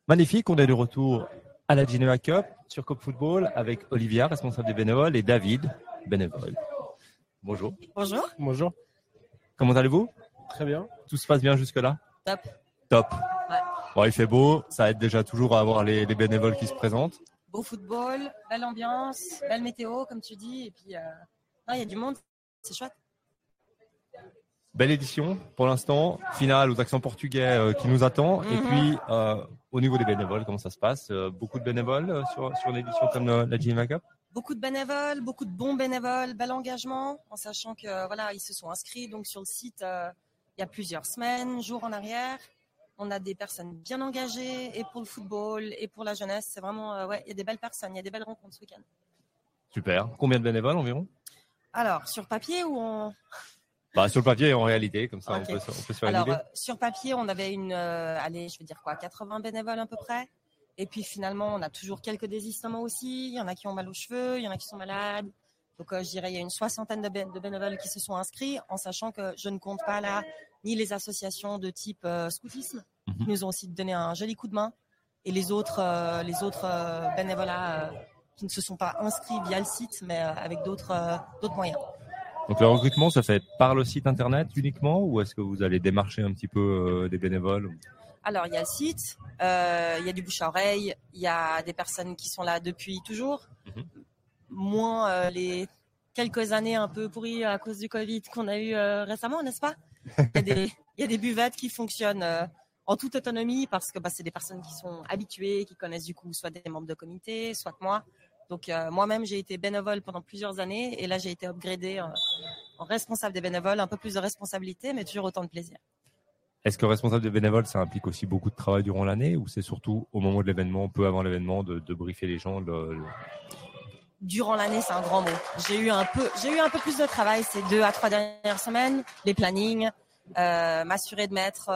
Magnifique, on est de retour à la Geneva Cup sur Cop Football avec Olivia, responsable des bénévoles, et David, bénévole. Bonjour. Bonjour. Bonjour. Comment allez-vous? Très bien. Tout se passe bien jusque-là? Top. Top. Ouais. Bon, il fait beau, ça aide déjà toujours à avoir les bénévoles qui se présentent. Beau football, belle ambiance, belle météo, comme tu dis. Et puis, il y a du monde, c'est chouette. Belle édition pour l'instant, finale aux accents portugais qui nous attend. Et puis, au niveau des bénévoles, comment ça se passe? Beaucoup de bénévoles sur une édition comme la Geneva Cup? Beaucoup de bénévoles, beaucoup de bons bénévoles, bel engagement, en sachant que voilà, ils se sont inscrits donc sur le site il y a plusieurs semaines, jours en arrière. On a des personnes bien engagées et pour le football et pour la jeunesse. C'est vraiment, il y a des belles personnes, il y a des belles rencontres ce week-end. Super. Combien de bénévoles environ? Alors, sur papier ou en... Sur le papier et en réalité, comme ça Okay. on peut se faire une idée. Sur papier, on avait 80 bénévoles à peu près. Et puis finalement, on a toujours quelques désistements aussi. Il y en a qui ont mal aux cheveux, il y en a qui sont malades. Donc je dirais il y a une 60aine de bénévoles qui se sont inscrits, en sachant que je ne compte pas là ni les associations de type scoutisme, qui nous ont aussi donné un joli coup de main, et les autres bénévolats qui ne se sont pas inscrits via le site, mais avec d'autres moyens. Donc le recrutement se fait par le site internet uniquement, ou est-ce que vous allez démarcher un petit peu des bénévoles? Alors il y a le site, il y a du bouche à oreille, il y a des personnes qui sont là depuis toujours, moins les quelques années un peu pourries à cause du Covid qu'on a eu récemment, n'est-ce pas? Il y a des buvettes qui fonctionnent en toute autonomie parce que c'est des personnes qui sont habituées, qui connaissent du coup soit des membres de comité, soit moi. Donc moi-même, j'ai été bénévole pendant plusieurs années et là, j'ai été upgradée en responsable des bénévoles, un peu plus de responsabilité, mais toujours autant de plaisir. Est-ce que responsable des bénévoles, ça implique aussi beaucoup de travail durant l'année, ou c'est surtout au moment de l'événement, peu avant l'événement, de briefer les gens Durant l'année, c'est un grand mot. J'ai eu un peu plus de travail ces 2 à 3 dernières semaines, les plannings, m'assurer de mettre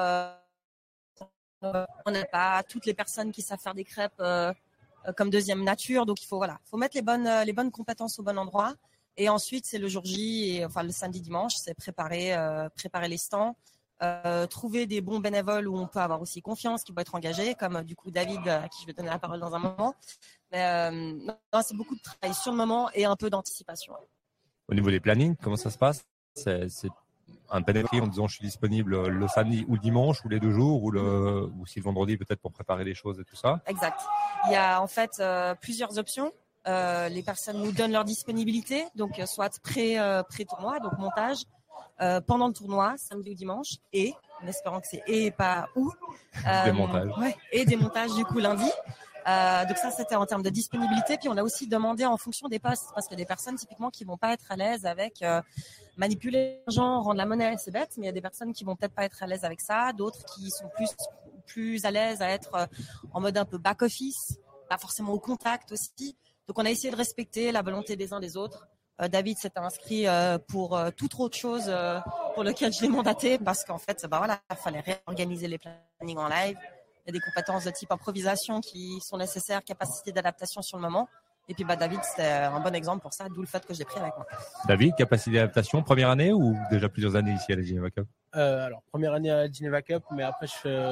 on n'a pas toutes les personnes qui savent faire des crêpes comme deuxième nature, donc il faut mettre les bonnes compétences au bon endroit. Et ensuite, c'est le jour J, et le samedi dimanche, c'est préparer les stands, trouver des bons bénévoles où on peut avoir aussi confiance, qui vont être engagés, comme du coup David, à qui je vais donner la parole dans un moment. Mais c'est beaucoup de travail sur le moment et un peu d'anticipation. Au niveau des plannings, comment ça se passe? C'est un bénévole en disant je suis disponible le samedi ou le dimanche ou les 2 jours, ou si le vendredi peut-être pour préparer les choses et tout ça? Exact. Il y a en fait plusieurs options. Les personnes nous donnent leur disponibilité, donc soit pré-tournoi, donc montage, pendant le tournoi, samedi ou dimanche, et en espérant que c'est et pas ou. Des montages. Ouais, et des montages du coup lundi. Donc ça, c'était en termes de disponibilité. Puis on a aussi demandé en fonction des postes, parce qu'il y a des personnes typiquement qui vont pas être à l'aise avec manipuler l'argent, rendre la monnaie, c'est bête, mais il y a des personnes qui vont peut-être pas être à l'aise avec ça, d'autres qui sont plus à l'aise à être en mode un peu back office, pas forcément au contact aussi. Donc on a essayé de respecter la volonté des uns des autres. David s'était inscrit pour toute autre chose pour lequel je l'ai mandaté, parce qu'en fait, il fallait réorganiser les plannings en live. Il y a des compétences de type improvisation qui sont nécessaires, capacité d'adaptation sur le moment. Et puis David, c'était un bon exemple pour ça, d'où le fait que je l'ai pris avec moi. David, capacité d'adaptation, première année ou déjà plusieurs années ici à la Geneva Cup? Alors, première année à la Geneva Cup, mais après,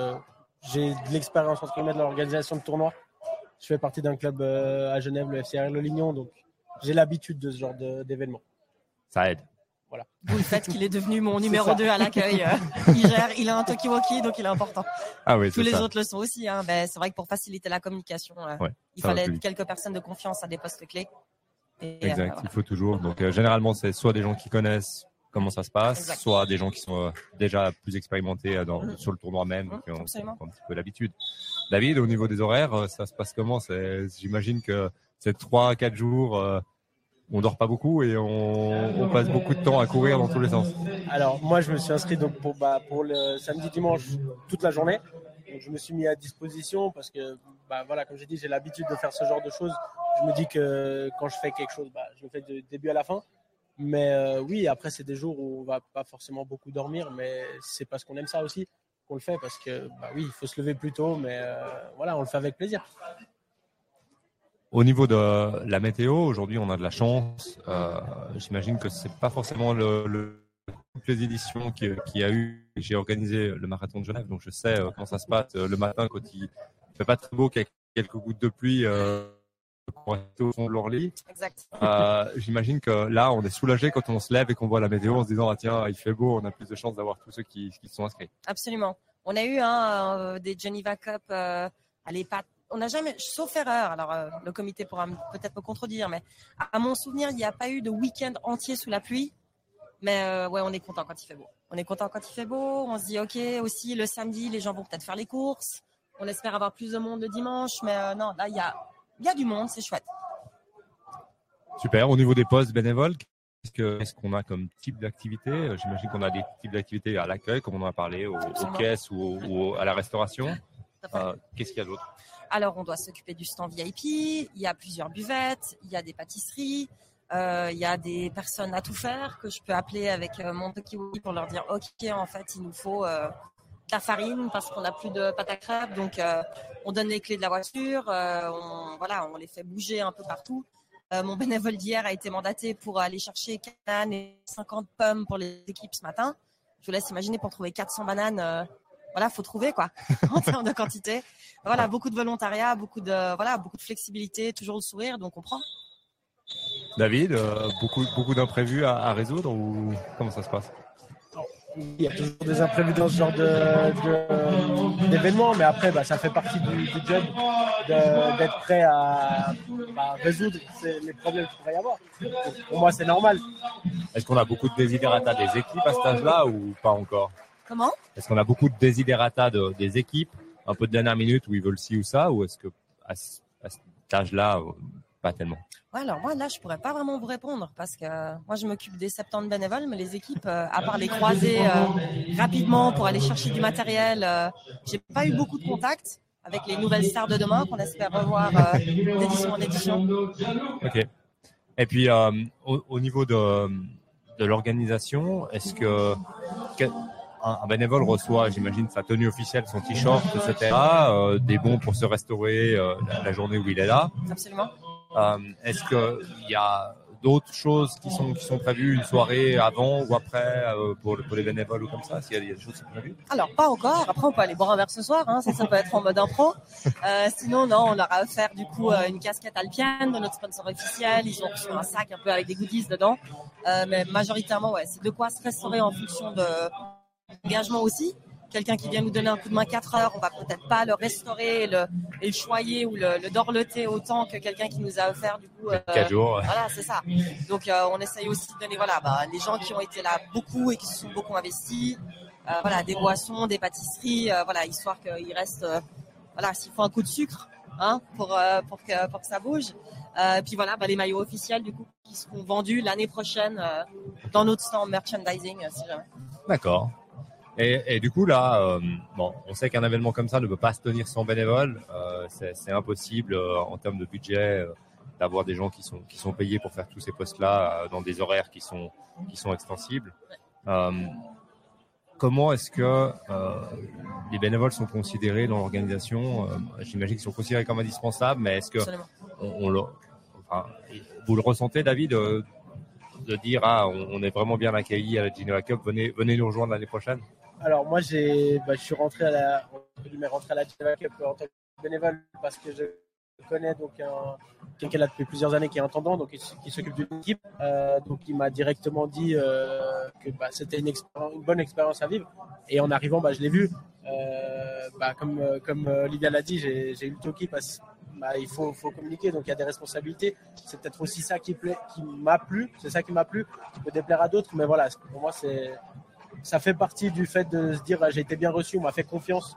j'ai de l'expérience entre guillemets de l'organisation de tournois. Je fais partie d'un club à Genève, le FCR Lolignon, donc j'ai l'habitude de ce genre d'événement. Ça aide. Voilà. D'où le fait qu'il est devenu mon numéro 2 à l'accueil. Il a un talkie-walkie, donc il est important. Ah oui, tous les autres le sont aussi. C'est vrai que pour faciliter la communication, il fallait quelques personnes de confiance à des postes clés. Exact, il faut toujours. Donc généralement, c'est soit des gens qui connaissent comment ça se passe, soit des gens qui sont déjà plus expérimentés sur le tournoi même, qui ont un petit peu l'habitude. David, au niveau des horaires, ça se passe comment? J'imagine que c'est 3 à 4 jours. On dort pas beaucoup et on passe beaucoup de temps à courir dans tous les sens. Alors moi, je me suis inscrit donc pour le samedi dimanche toute la journée. Donc je me suis mis à disposition parce que comme j'ai dit, j'ai l'habitude de faire ce genre de choses. Je me dis que quand je fais quelque chose, je le fais du début à la fin. Mais oui, après c'est des jours où on va pas forcément beaucoup dormir, mais c'est parce qu'on aime ça aussi qu'on le fait, parce que oui, il faut se lever plus tôt, mais on le fait avec plaisir. Au niveau de la météo, aujourd'hui, on a de la chance. J'imagine que c'est pas forcément toutes les éditions qu'il y a eu. J'ai organisé le marathon de Genève, donc je sais comment ça se passe le matin quand il fait pas très beau, quelques gouttes de pluie pour rester au fond de leur lit. Exact. J'imagine que là, on est soulagé quand on se lève et qu'on voit la météo en se disant, ah tiens, il fait beau, on a plus de chances d'avoir tous ceux qui se sont inscrits. Absolument. On a eu des Geneva Cup, on n'a jamais, sauf erreur, alors le comité pourra peut-être me contredire, mais à mon souvenir, il n'y a pas eu de week-end entier sous la pluie. Mais ouais, on est content quand il fait beau. On est content quand il fait beau. On se dit, ok, aussi le samedi, les gens vont peut-être faire les courses. On espère avoir plus de monde le dimanche, mais non, là, il y a du monde, c'est chouette. Super. Au niveau des postes bénévoles, qu'est-ce qu'on a comme type d'activité? J'imagine qu'on a des types d'activités à l'accueil, comme on en a parlé, aux caisses ou à la restauration. Qu'est-ce qu'il y a d'autre? Alors, on doit s'occuper du stand VIP. Il y a plusieurs buvettes. Il y a des pâtisseries. Il y a des personnes à tout faire que je peux appeler avec mon Kiwi pour leur dire ok, en fait il nous faut de la farine parce qu'on n'a plus de pâte à crêpes, donc on donne les clés de la voiture, on les fait bouger un peu partout. Mon bénévole d'hier a été mandaté pour aller chercher 4 bananes et 50 pommes pour les équipes ce matin. Je vous laisse imaginer, pour trouver 400 bananes, faut trouver quoi en termes de quantité. Voilà, beaucoup de volontariat, beaucoup de flexibilité, toujours le sourire, donc on prend. David, beaucoup d'imprévus à résoudre ou comment ça se passe? Il y a toujours des imprévus dans ce genre d'événement, mais après, ça fait partie du job d'être prêt à résoudre les problèmes qu'il va y avoir. Donc, pour moi, c'est normal. Est-ce qu'on a beaucoup de desiderata des équipes à cet âge-là ou pas encore? Comment? Est-ce qu'on a beaucoup de desiderata des équipes, un peu de dernière minute où ils veulent ci ou ça, ou est-ce que à cet âge-là, pas tellement? Ouais, alors moi, là, je pourrais pas vraiment vous répondre parce que moi, je m'occupe des 70 bénévoles, mais les équipes, à part les croiser rapidement pour aller chercher du matériel, j'ai pas eu beaucoup de contacts avec les nouvelles stars de demain qu'on espère revoir d'édition en édition. Ok. Et puis, au niveau de l'organisation, est-ce que un bénévole reçoit, j'imagine, sa tenue officielle, son t-shirt, etc., des bons pour se restaurer la journée où il est là? Absolument. Est-ce qu'il y a d'autres choses qui sont prévues, une soirée avant ou après pour les bénévoles ou comme ça? S'il y a des choses qui sont prévues? Alors, pas encore. Après, on peut aller boire un verre ce soir. Ça peut être en mode impro. Sinon, non, on leur a offert du coup une casquette Alpienne de notre sponsor officiel. Ils ont reçu un sac un peu avec des goodies dedans. Mais majoritairement, ouais, c'est de quoi se restaurer en fonction de l'engagement aussi. Quelqu'un qui vient nous donner un coup de main 4 heures, on va peut-être pas le restaurer et le choyer ou le dorloter autant que quelqu'un qui nous a offert du coup 4 jours. Voilà, c'est ça. Donc on essaye aussi de donner les gens qui ont été là beaucoup et qui se sont beaucoup investis, des boissons, des pâtisseries, histoire qu'il reste s'il faut un coup de sucre pour que ça bouge. Puis les maillots officiels du coup qui seront vendus l'année prochaine dans notre stand merchandising si jamais. D'accord. Et du coup, là, on sait qu'un événement comme ça ne peut pas se tenir sans bénévoles. C'est impossible en termes de budget d'avoir des gens qui sont payés pour faire tous ces postes-là dans des horaires qui sont extensibles. Comment est-ce que les bénévoles sont considérés dans l'organisation? J'imagine qu'ils sont considérés comme indispensables, mais est-ce que vous le ressentez, David, de dire on est vraiment bien accueillis à la Geneva Cup, venez nous rejoindre l'année prochaine? Alors moi je suis rentré à la Geneva Cup en tant que bénévole parce que je connais donc quelqu'un là depuis plusieurs années qui est intendant, donc qui s'occupe d'une équipe, donc il m'a directement dit que c'était une bonne expérience à vivre, et en arrivant je l'ai vu, comme Lydia l'a dit, j'ai eu le toki parce il faut communiquer, donc il y a des responsabilités. C'est peut-être aussi ça qui m'a plu, c'est ça qui m'a plu, qui peut déplaire à d'autres, mais voilà, pour moi ça fait partie du fait de se dire j'ai été bien reçu, on m'a fait confiance,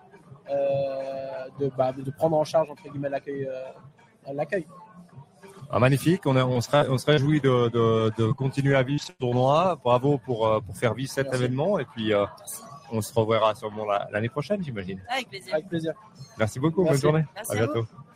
de prendre en charge entre guillemets l'accueil. Magnifique, on se réjouit de continuer à vivre ce tournoi. Bravo pour faire vivre cet événement, et puis on se reverra sûrement l'année prochaine, j'imagine. Avec plaisir. Avec plaisir. Merci beaucoup. Bonne journée. Merci à bientôt.